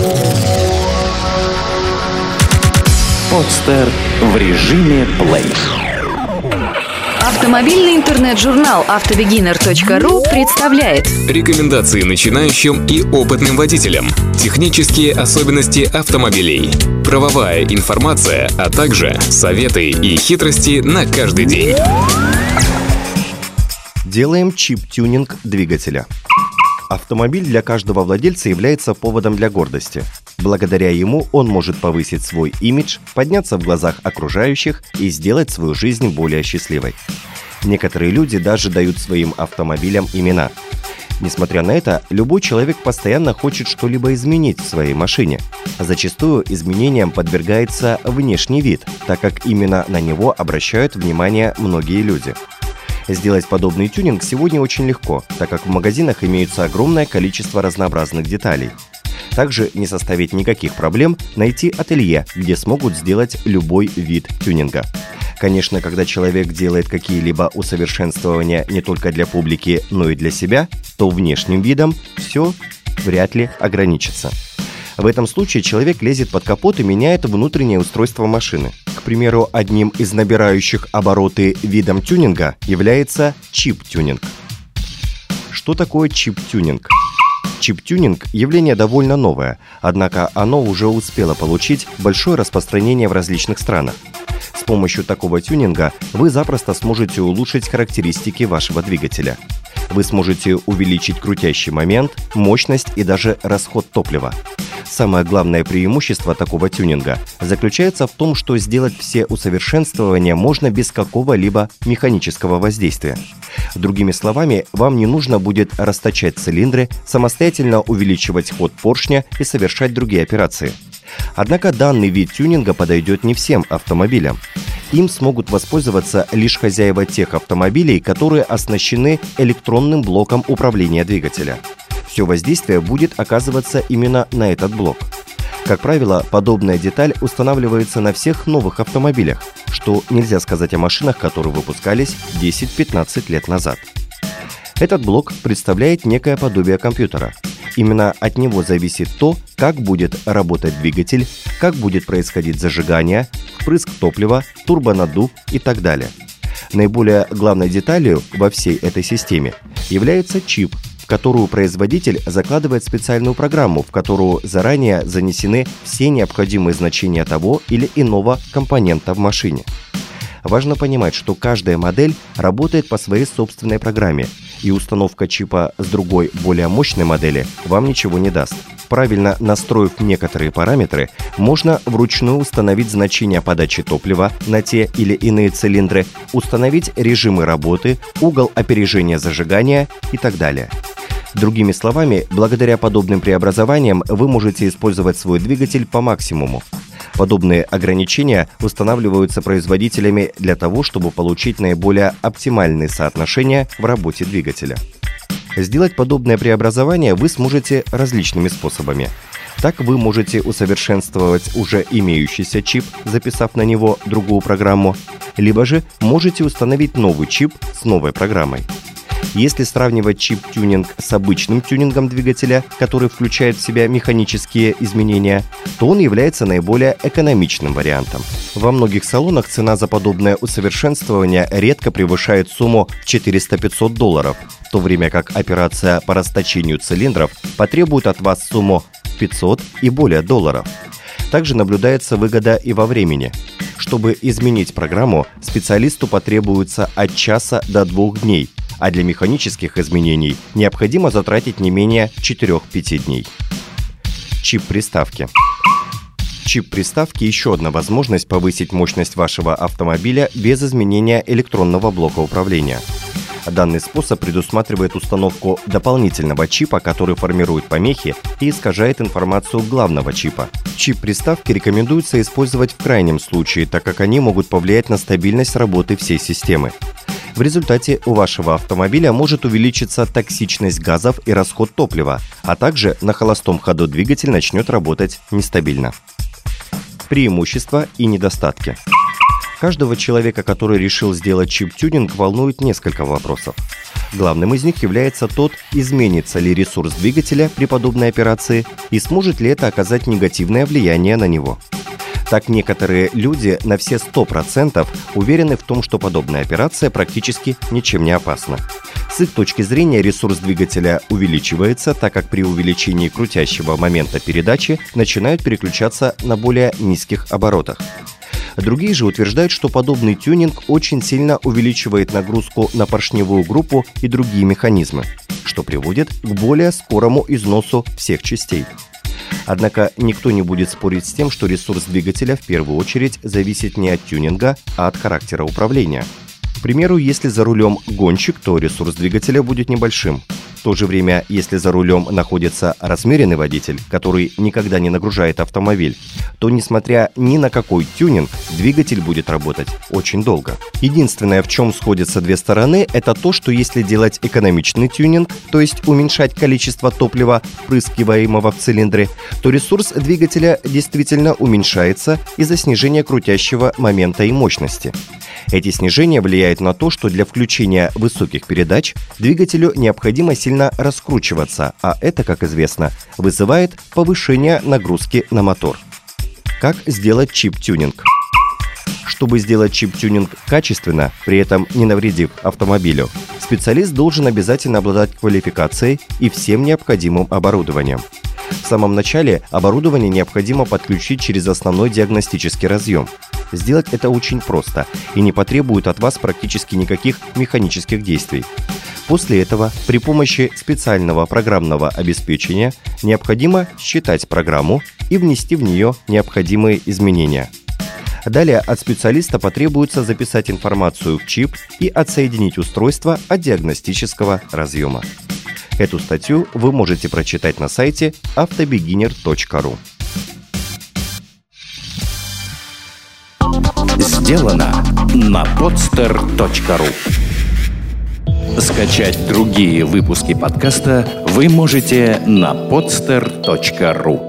Подстер в режиме плей. Автомобильный интернет-журнал автобегинер.ру представляет рекомендации начинающим и опытным водителям, технические особенности автомобилей, правовая информация, а также советы и хитрости на каждый день. Делаем чип-тюнинг двигателя. Автомобиль для каждого владельца является поводом для гордости. Благодаря ему он может повысить свой имидж, подняться в глазах окружающих и сделать свою жизнь более счастливой. Некоторые люди даже дают своим автомобилям имена. Несмотря на это, любой человек постоянно хочет что-либо изменить в своей машине. Зачастую изменениям подвергается внешний вид, так как именно на него обращают внимание многие люди. Сделать подобный тюнинг сегодня очень легко, так как в магазинах имеется огромное количество разнообразных деталей. Также не составит никаких проблем найти ателье, где смогут сделать любой вид тюнинга. Конечно, когда человек делает какие-либо усовершенствования не только для публики, но и для себя, то внешним видом все вряд ли ограничится. В этом случае человек лезет под капот и меняет внутреннее устройство машины. К примеру, одним из набирающих обороты видом тюнинга является чип-тюнинг. Что такое чип-тюнинг? Чип-тюнинг – явление довольно новое, однако оно уже успело получить большое распространение в различных странах. С помощью такого тюнинга вы запросто сможете улучшить характеристики вашего двигателя. Вы сможете увеличить крутящий момент, мощность и даже расход топлива. Самое главное преимущество такого тюнинга заключается в том, что сделать все усовершенствования можно без какого-либо механического воздействия. Другими словами, вам не нужно будет расточать цилиндры, самостоятельно увеличивать ход поршня и совершать другие операции. Однако данный вид тюнинга подойдет не всем автомобилям. Им смогут воспользоваться лишь хозяева тех автомобилей, которые оснащены электронным блоком управления двигателя. Все воздействие будет оказываться именно на этот блок. Как правило, подобная деталь устанавливается на всех новых автомобилях, что нельзя сказать о машинах, которые выпускались 10-15 лет назад. Этот блок представляет некое подобие компьютера. Именно от него зависит то, как будет работать двигатель, как будет происходить зажигание, впрыск топлива, турбонаддув и так далее. Наиболее главной деталью во всей этой системе является чип, в которую производитель закладывает специальную программу, в которую заранее занесены все необходимые значения того или иного компонента в машине. Важно понимать, что каждая модель работает по своей собственной программе, и установка чипа с другой, более мощной модели вам ничего не даст. Правильно настроив некоторые параметры, можно вручную установить значение подачи топлива на те или иные цилиндры, установить режимы работы, угол опережения зажигания и так далее. Другими словами, благодаря подобным преобразованиям вы можете использовать свой двигатель по максимуму. Подобные ограничения устанавливаются производителями для того, чтобы получить наиболее оптимальные соотношения в работе двигателя. Сделать подобное преобразование вы сможете различными способами. Так вы можете усовершенствовать уже имеющийся чип, записав на него другую программу, либо же можете установить новый чип с новой программой. Если сравнивать чип-тюнинг с обычным тюнингом двигателя, который включает в себя механические изменения, то он является наиболее экономичным вариантом. Во многих салонах цена за подобное усовершенствование редко превышает сумму в $400-500, в то время как операция по расточению цилиндров потребует от вас сумму в $500 и более долларов. Также наблюдается выгода и во времени. Чтобы изменить программу, специалисту потребуется от часа до 2 дней, а для механических изменений необходимо затратить не менее 4-5 дней. Чип приставки. Чип приставки – еще одна возможность повысить мощность вашего автомобиля без изменения электронного блока управления. Данный способ предусматривает установку дополнительного чипа, который формирует помехи и искажает информацию главного чипа. Чип приставки рекомендуется использовать в крайнем случае, так как они могут повлиять на стабильность работы всей системы. В результате у вашего автомобиля может увеличиться токсичность газов и расход топлива, а также на холостом ходу двигатель начнет работать нестабильно. Преимущества и недостатки. Каждого человека, который решил сделать чип-тюнинг, волнует несколько вопросов. Главным из них является тот, изменится ли ресурс двигателя при подобной операции и сможет ли это оказать негативное влияние на него. Так, некоторые люди на все 100% уверены в том, что подобная операция практически ничем не опасна. С их точки зрения ресурс двигателя увеличивается, так как при увеличении крутящего момента передачи начинают переключаться на более низких оборотах. Другие же утверждают, что подобный тюнинг очень сильно увеличивает нагрузку на поршневую группу и другие механизмы, что приводит к более скорому износу всех частей. Однако никто не будет спорить с тем, что ресурс двигателя в первую очередь зависит не от тюнинга, а от характера управления. К примеру, если за рулем гонщик, то ресурс двигателя будет небольшим. В то же время, если за рулем находится размеренный водитель, который никогда не нагружает автомобиль, то, несмотря ни на какой тюнинг, двигатель будет работать очень долго. Единственное, в чем сходятся две стороны, это то, что если делать экономичный тюнинг, то есть уменьшать количество топлива, впрыскиваемого в цилиндре, то ресурс двигателя действительно уменьшается из-за снижения крутящего момента и мощности. Эти снижения влияют на то, что для включения высоких передач двигателю необходимо сильно раскручиваться, а это, как известно, вызывает повышение нагрузки на мотор. Как сделать чип-тюнинг? Чтобы сделать чип-тюнинг качественно, при этом не навредив автомобилю, специалист должен обязательно обладать квалификацией и всем необходимым оборудованием. В самом начале оборудование необходимо подключить через основной диагностический разъем. Сделать это очень просто и не потребует от вас практически никаких механических действий. После этого при помощи специального программного обеспечения необходимо считать программу и внести в нее необходимые изменения. Далее от специалиста потребуется записать информацию в чип и отсоединить устройство от диагностического разъема. Эту статью вы можете прочитать на сайте автобегинер.ру. Сделано на podster.ru. Скачать другие выпуски подкаста вы можете на podster.ru.